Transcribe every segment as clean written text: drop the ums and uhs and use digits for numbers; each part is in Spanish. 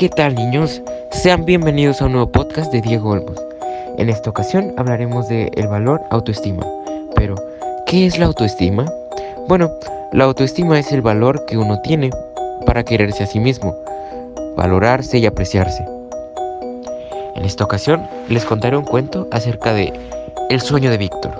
¿Qué tal, niños? Sean bienvenidos a un nuevo podcast de Diego Olmos. En esta ocasión hablaremos del valor autoestima. Pero, ¿qué es la autoestima? Bueno, la autoestima es el valor que uno tiene para quererse a sí mismo, valorarse y apreciarse. En esta ocasión les contaré un cuento acerca de el sueño de Víctor.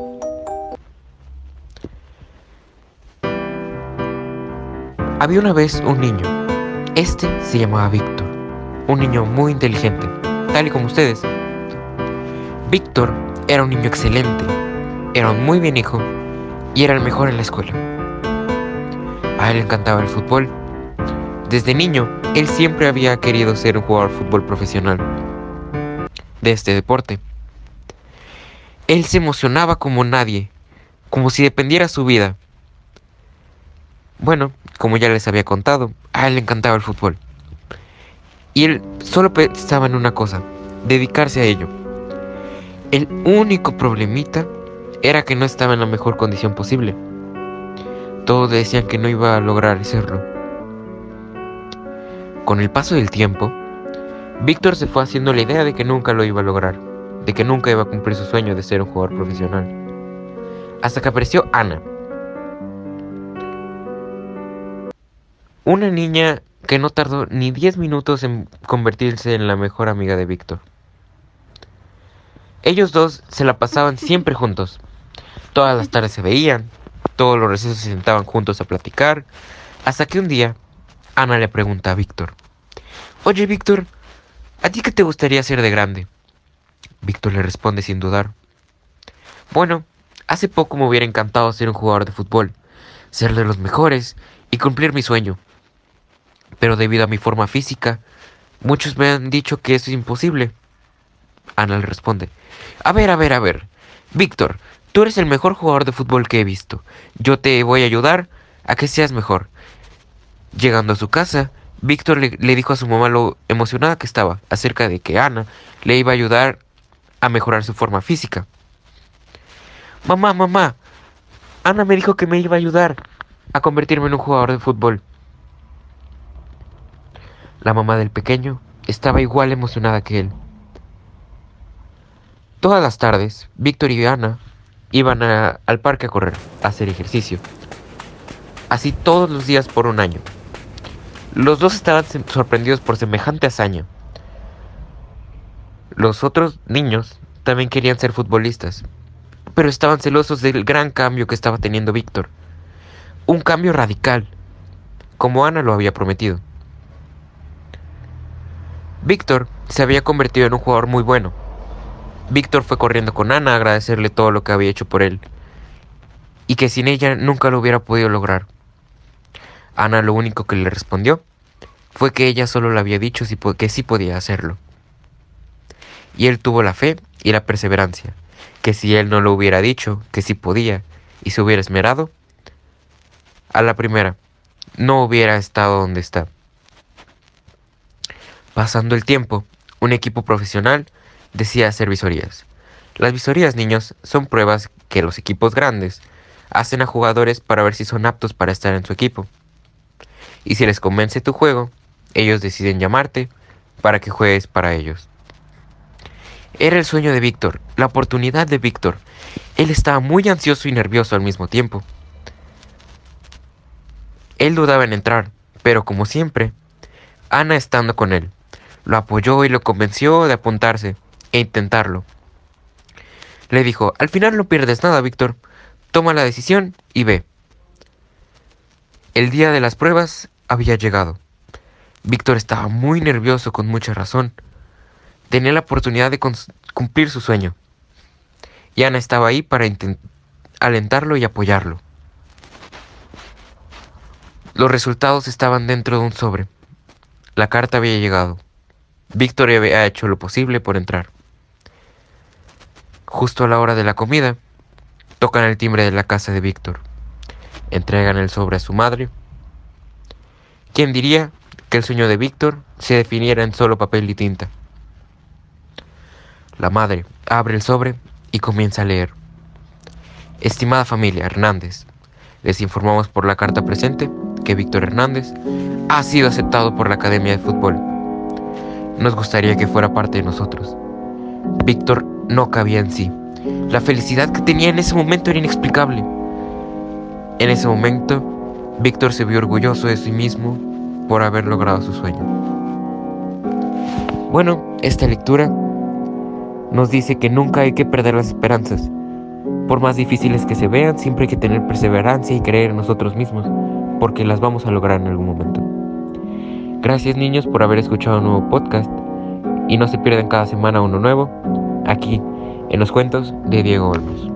Había una vez un niño. Este se llamaba Víctor, un niño muy inteligente, tal y como ustedes. Víctor era un niño excelente, era un muy bien hijo y era el mejor en la escuela. A él le encantaba el fútbol. Desde niño, él siempre había querido ser un jugador de fútbol profesional de este deporte. Él se emocionaba como nadie, como si dependiera su vida. Bueno, como ya les había contado, a él le encantaba el fútbol. Y él solo pensaba en una cosa, dedicarse a ello. El único problemita era que no estaba en la mejor condición posible. Todos decían que no iba a lograr hacerlo. Con el paso del tiempo, Víctor se fue haciendo la idea de que nunca lo iba a lograr, de que nunca iba a cumplir su sueño de ser un jugador profesional. Hasta que apareció Ana, una niña que no tardó ni 10 minutos en convertirse en la mejor amiga de Víctor. Ellos dos se la pasaban siempre juntos. Todas las tardes se veían, todos los recesos se sentaban juntos a platicar, hasta que un día Ana le pregunta a Víctor: «Oye, Víctor, ¿a ti qué te gustaría ser de grande?». Víctor le responde sin dudar: «Bueno, hace poco me hubiera encantado ser un jugador de fútbol, ser de los mejores y cumplir mi sueño. Pero debido a mi forma física, muchos me han dicho que eso es imposible». Ana le responde: A ver, Víctor, tú eres el mejor jugador de fútbol que he visto. Yo te voy a ayudar a que seas mejor». Llegando a su casa, Víctor le dijo a su mamá lo emocionada que estaba acerca de que Ana le iba a ayudar a mejorar su forma física. Mamá, Ana me dijo que me iba a ayudar a convertirme en un jugador de fútbol». La mamá del pequeño estaba igual emocionada que él. Todas las tardes, Víctor y Ana iban al parque a correr, a hacer ejercicio. Así todos los días por un año. Los dos estaban sorprendidos por semejante hazaña. Los otros niños también querían ser futbolistas, pero estaban celosos del gran cambio que estaba teniendo Víctor. Un cambio radical, como Ana lo había prometido. Víctor se había convertido en un jugador muy bueno. Víctor fue corriendo con Ana a agradecerle todo lo que había hecho por él, y que sin ella nunca lo hubiera podido lograr. Ana lo único que le respondió fue que ella solo le había dicho que sí podía hacerlo. Y él tuvo la fe y la perseverancia, que si él no lo hubiera dicho que sí podía y se hubiera esmerado, a la primera no hubiera estado donde está. Pasando el tiempo, un equipo profesional decide hacer visorías. Las visorías, niños, son pruebas que los equipos grandes hacen a jugadores para ver si son aptos para estar en su equipo. Y si les convence tu juego, ellos deciden llamarte para que juegues para ellos. Era el sueño de Víctor, la oportunidad de Víctor. Él estaba muy ansioso y nervioso al mismo tiempo. Él dudaba en entrar, pero como siempre, Ana, estando con él, lo apoyó y lo convenció de apuntarse e intentarlo. Le dijo: «Al final no pierdes nada, Víctor. Toma la decisión y ve». El día de las pruebas había llegado. Víctor estaba muy nervioso, con mucha razón. Tenía la oportunidad de cumplir su sueño. Y Ana estaba ahí para alentarlo y apoyarlo. Los resultados estaban dentro de un sobre. La carta había llegado. Víctor había hecho lo posible por entrar. Justo a la hora de la comida, tocan el timbre de la casa de Víctor. Entregan el sobre a su madre. ¿Quién diría que el sueño de Víctor se definiera en solo papel y tinta? La madre abre el sobre y comienza a leer: «Estimada familia Hernández, les informamos por la carta presente que Víctor Hernández ha sido aceptado por la Academia de Fútbol. nos gustaría que fuera parte de nosotros. Víctor no cabía en sí. La felicidad que tenía en ese momento era inexplicable. En ese momento, Víctor se vio orgulloso de sí mismo por haber logrado su sueño. Bueno, esta lectura nos dice que nunca hay que perder las esperanzas. Por más difíciles que se vean, siempre hay que tener perseverancia y creer en nosotros mismos, porque las vamos a lograr en algún momento. Gracias, niños, por haber escuchado un nuevo podcast, y no se pierdan cada semana uno nuevo, aquí en los cuentos de Diego Olmos.